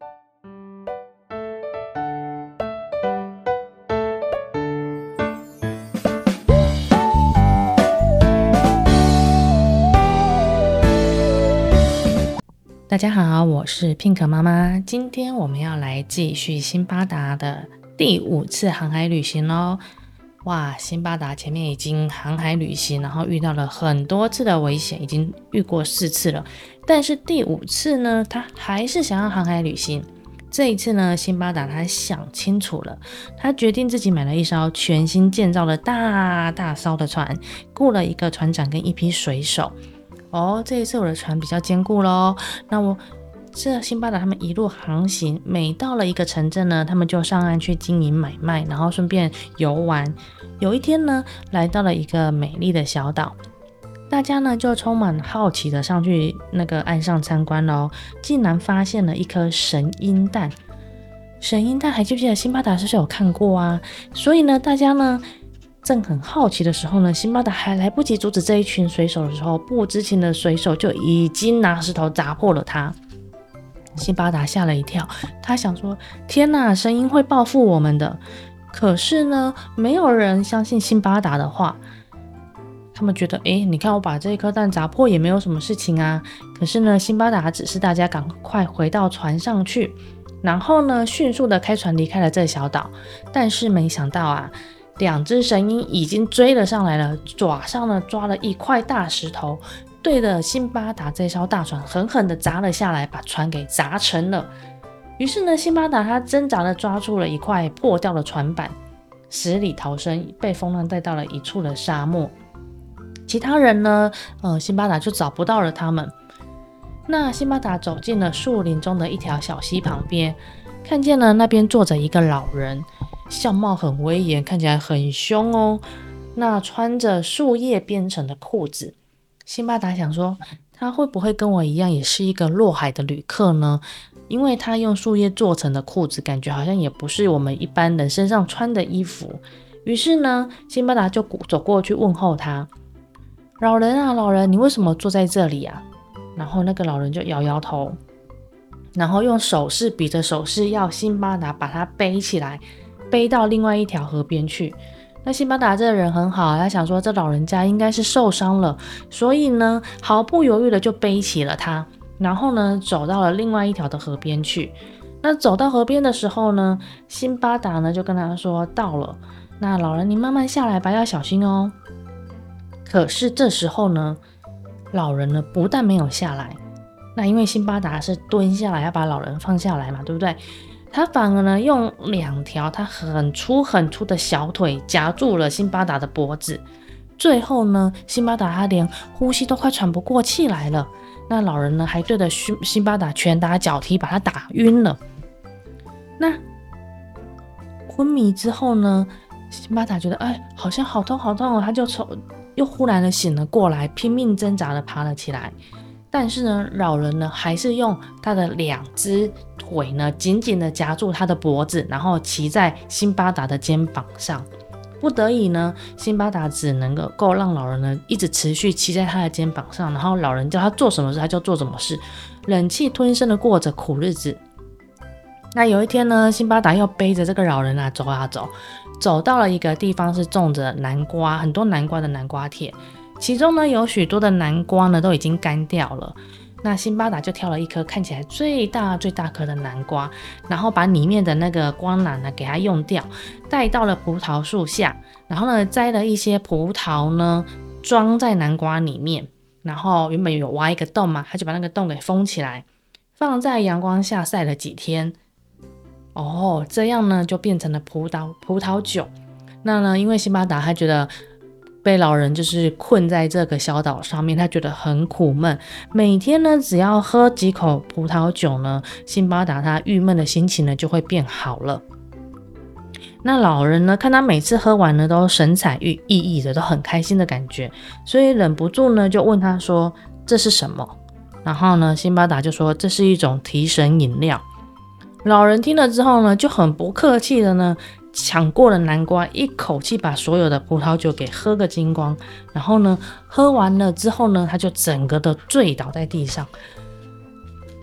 大家好，我是 Pink 妈妈。今天我们要来继续辛巴达的第5次航海旅行咯。哇，辛巴达前面已经航海旅行，然后遇到了很多次的危险，已经遇过4次了。但是第5次呢，他还是想要航海旅行。这一次呢，辛巴达他想清楚了，他决定自己买了一艘全新建造的大艘的船，雇了一个船长跟一批水手。这一次我的船比较坚固咯。那辛巴达他们一路航行，每到了一个城镇呢，他们就上岸去经营买卖，然后顺便游玩。有一天呢，来到了一个美丽的小岛，大家呢就充满好奇的上去那个岸上参观咯，竟然发现了一颗神鹰蛋。神鹰蛋还记不记得辛巴达是不是有看过啊？所以呢，大家呢正很好奇的时候呢，辛巴达还来不及阻止这一群水手的时候，不知情的水手就已经拿石头砸破了他。辛巴达吓了一跳，他想说天哪，神鹰会报复我们的。可是呢，没有人相信辛巴达的话。他们觉得你看我把这一颗蛋砸破也没有什么事情啊。可是呢，辛巴达指示大家赶快回到船上去，然后呢迅速的开船离开了这小岛。但是没想到啊，2只神鹰已经追了上来了，爪上呢抓了一块大石头，对着辛巴达这艘大船狠狠的砸了下来，把船给砸沉了。于是呢，辛巴达他挣扎的抓住了一块破掉的船板，死里逃生，被风浪带到了一处的沙漠。其他人呢，辛巴达就找不到了他们。那辛巴达走进了树林中的一条小溪旁边，看见了那边坐着一个老人，相貌很威严，看起来很凶哦。那穿着树叶编成的裤子，辛巴达想说，他会不会跟我一样也是一个落海的旅客呢？因为他用树叶做成的裤子，感觉好像也不是我们一般人身上穿的衣服。于是呢，辛巴达就走过去问候他，老人啊，老人，你为什么坐在这里啊？然后那个老人就摇摇头，然后用手势比着手势要辛巴达把他背起来，背到另外一条河边去。那辛巴达这个人很好，他想说这老人家应该是受伤了，所以呢毫不犹豫的就背起了他，然后呢走到了另外一条的河边去。那走到河边的时候呢，辛巴达呢就跟他说到了，那老人你慢慢下来吧，要小心哦。可是这时候呢，老人呢不但没有下来，那因为辛巴达是蹲下来要把老人放下来嘛，对不对？他反而呢用2条他很粗的小腿夹住了辛巴达的脖子。最后呢，辛巴达他连呼吸都快喘不过气来了。那老人呢还对着辛巴达拳打脚踢，把他打晕了。那昏迷之后呢，辛巴达觉得好像好痛哦，他就又忽然的醒了过来，拼命挣扎的爬了起来。但是呢，老人呢还是用他的2只腿呢紧紧的夹住他的脖子，然后骑在辛巴达的肩膀上。不得已呢，辛巴达只能够让老人呢一直持续骑在他的肩膀上，然后老人叫他做什么事他就做什么事，忍气吞声的过着苦日子。那有一天呢，辛巴达又背着这个老人走啊走，走到了一个地方是种着南瓜，很多南瓜的南瓜田，其中呢有许多的南瓜呢都已经干掉了。那辛巴达就挑了一颗看起来最大颗的南瓜，然后把里面的那个瓜囊呢给它用掉，带到了葡萄树下，然后呢摘了一些葡萄呢装在南瓜里面，然后原本有挖一个洞嘛，他就把那个洞给封起来，放在阳光下晒了几天。这样呢就变成了葡萄酒。那呢，因为辛巴达他觉得被老人就是困在这个小岛上面，他觉得很苦闷，每天呢只要喝几口葡萄酒呢，辛巴达他郁闷的心情呢就会变好了。那老人呢看他每次喝完呢都神采奕奕的，都很开心的感觉，所以忍不住呢就问他说这是什么。然后呢辛巴达就说这是一种提神饮料。老人听了之后呢就很不客气的呢抢过了南瓜，一口气把所有的葡萄酒给喝个精光。然后呢喝完了之后呢他就整个的醉倒在地上。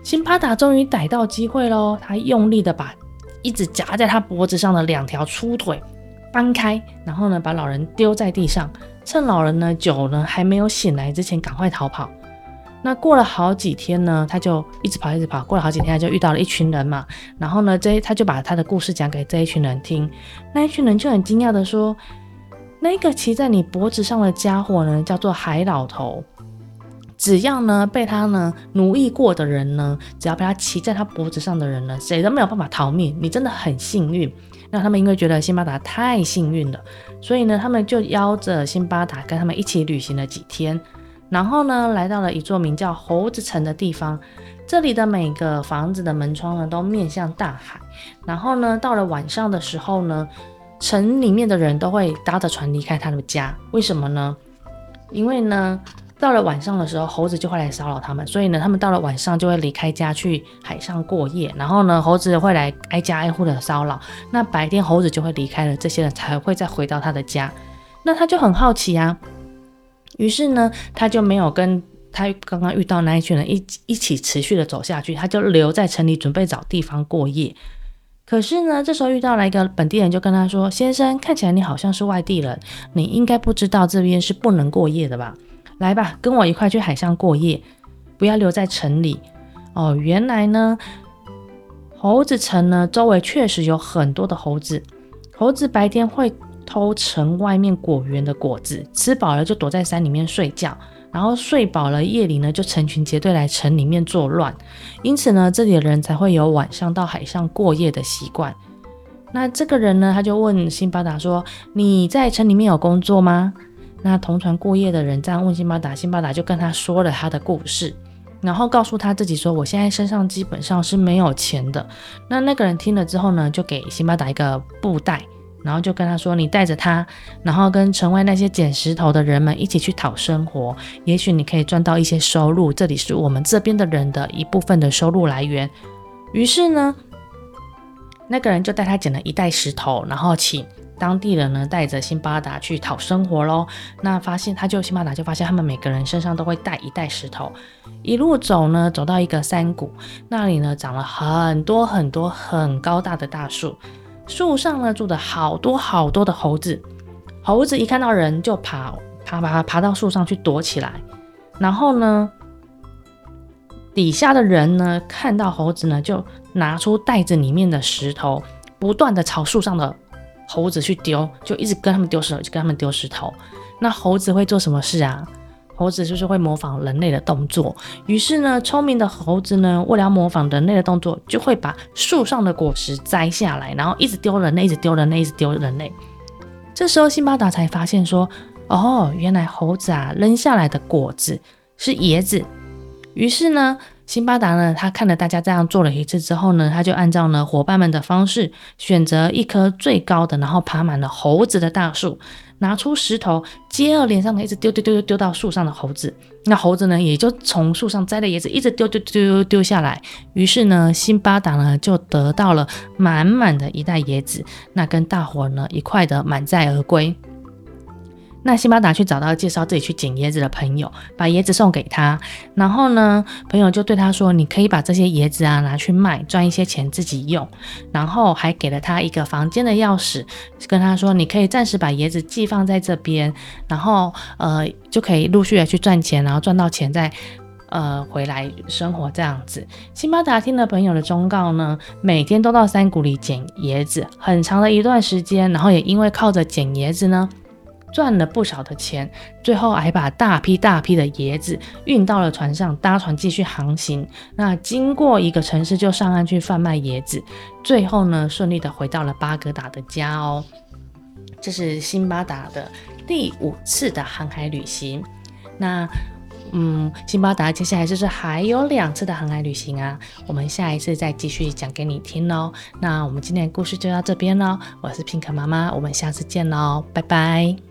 辛巴达终于逮到机会咯，他用力的把一直夹在他脖子上的2条粗腿搬开，然后呢把老人丢在地上，趁老人呢酒呢还没有醒来之前赶快逃跑。那过了好几天呢，他就一直跑，过了好几天他就遇到了一群人嘛，然后呢他就把他的故事讲给这一群人听，那一群人就很惊讶的说，那个骑在你脖子上的家伙呢叫做海老头，只要呢被他呢奴役过的人呢，只要被他骑在他脖子上的人呢，谁都没有办法逃命，你真的很幸运。那他们因为觉得辛巴达太幸运了，所以呢他们就邀着辛巴达跟他们一起旅行了几天，然后呢来到了一座名叫猴子城的地方，这里的每个房子的门窗呢都面向大海，然后呢到了晚上的时候呢，城里面的人都会搭着船离开他们家。为什么呢？因为呢到了晚上的时候，猴子就会来骚扰他们，所以呢他们到了晚上就会离开家去海上过夜，然后呢猴子会来挨家挨户的骚扰，那白天猴子就会离开了，这些人才会再回到他的家。那他就很好奇啊，于是呢他就没有跟他刚刚遇到那一群人一起持续的走下去，他就留在城里准备找地方过夜。可是呢这时候遇到了一个本地人，就跟他说，先生，看起来你好像是外地人，你应该不知道这边是不能过夜的吧，来吧，跟我一块去海上过夜，不要留在城里。原来呢猴子城呢周围确实有很多的猴子，猴子白天会偷城外面果园的果子，吃饱了就躲在山里面睡觉，然后睡饱了夜里呢就成群结队来城里面作乱，因此呢这里的人才会有晚上到海上过夜的习惯。那这个人呢他就问辛巴达说，你在城里面有工作吗？那同船过夜的人这样问辛巴达，辛巴达就跟他说了他的故事，然后告诉他自己说，我现在身上基本上是没有钱的。那个人听了之后呢，就给辛巴达一个布袋，然后就跟他说，你带着他，然后跟城外那些捡石头的人们一起去讨生活，也许你可以赚到一些收入，这里是我们这边的人的一部分的收入来源。于是呢那个人就带他捡了一袋石头，然后请当地人呢带着辛巴达去讨生活咯。那辛巴达就发现他们每个人身上都会带一袋石头，一路走呢走到一个山谷，那里呢长了很多很多很高大的大树，树上呢住着好多好多的猴子，猴子一看到人就爬到树上去躲起来，然后呢底下的人呢看到猴子呢就拿出袋子里面的石头，不断的朝树上的猴子去丢，就一直跟他们丢石头，那猴子会做什么事啊？猴子就是会模仿人类的动作，于是呢聪明的猴子呢为了要模仿人类的动作，就会把树上的果实摘下来，然后一直丢人类，一直丢人类，一直丢人类。这时候辛巴达才发现说，原来猴子啊扔下来的果子是椰子。于是呢辛巴达呢他看了大家这样做了一次之后呢，他就按照呢伙伴们的方式，选择一棵最高的然后爬满了猴子的大树，拿出石头接二连三的一直丢到树上的猴子，那猴子呢也就从树上摘了椰子一直丢下来。于是呢辛巴达呢就得到了满满的一袋椰子，那跟大伙呢一块的满载而归。那辛巴达去找到介绍自己去捡椰子的朋友，把椰子送给他，然后呢朋友就对他说，你可以把这些椰子啊拿去卖，赚一些钱自己用，然后还给了他一个房间的钥匙，跟他说你可以暂时把椰子寄放在这边，然后就可以陆续的去赚钱，然后赚到钱再回来生活这样子。辛巴达听了朋友的忠告呢，每天都到山谷里捡椰子，很长的一段时间，然后也因为靠着捡椰子呢赚了不少的钱，最后还把大批的椰子运到了船上，搭船继续航行。那经过一个城市就上岸去贩卖椰子，最后呢顺利的回到了巴格达的家哦。这是辛巴达的第5次的航海旅行。那辛巴达接下来就是还有2次的航海旅行啊，我们下一次再继续讲给你听咯。那我们今天的故事就到这边咯，我是 Pink 妈妈，我们下次见咯，拜拜。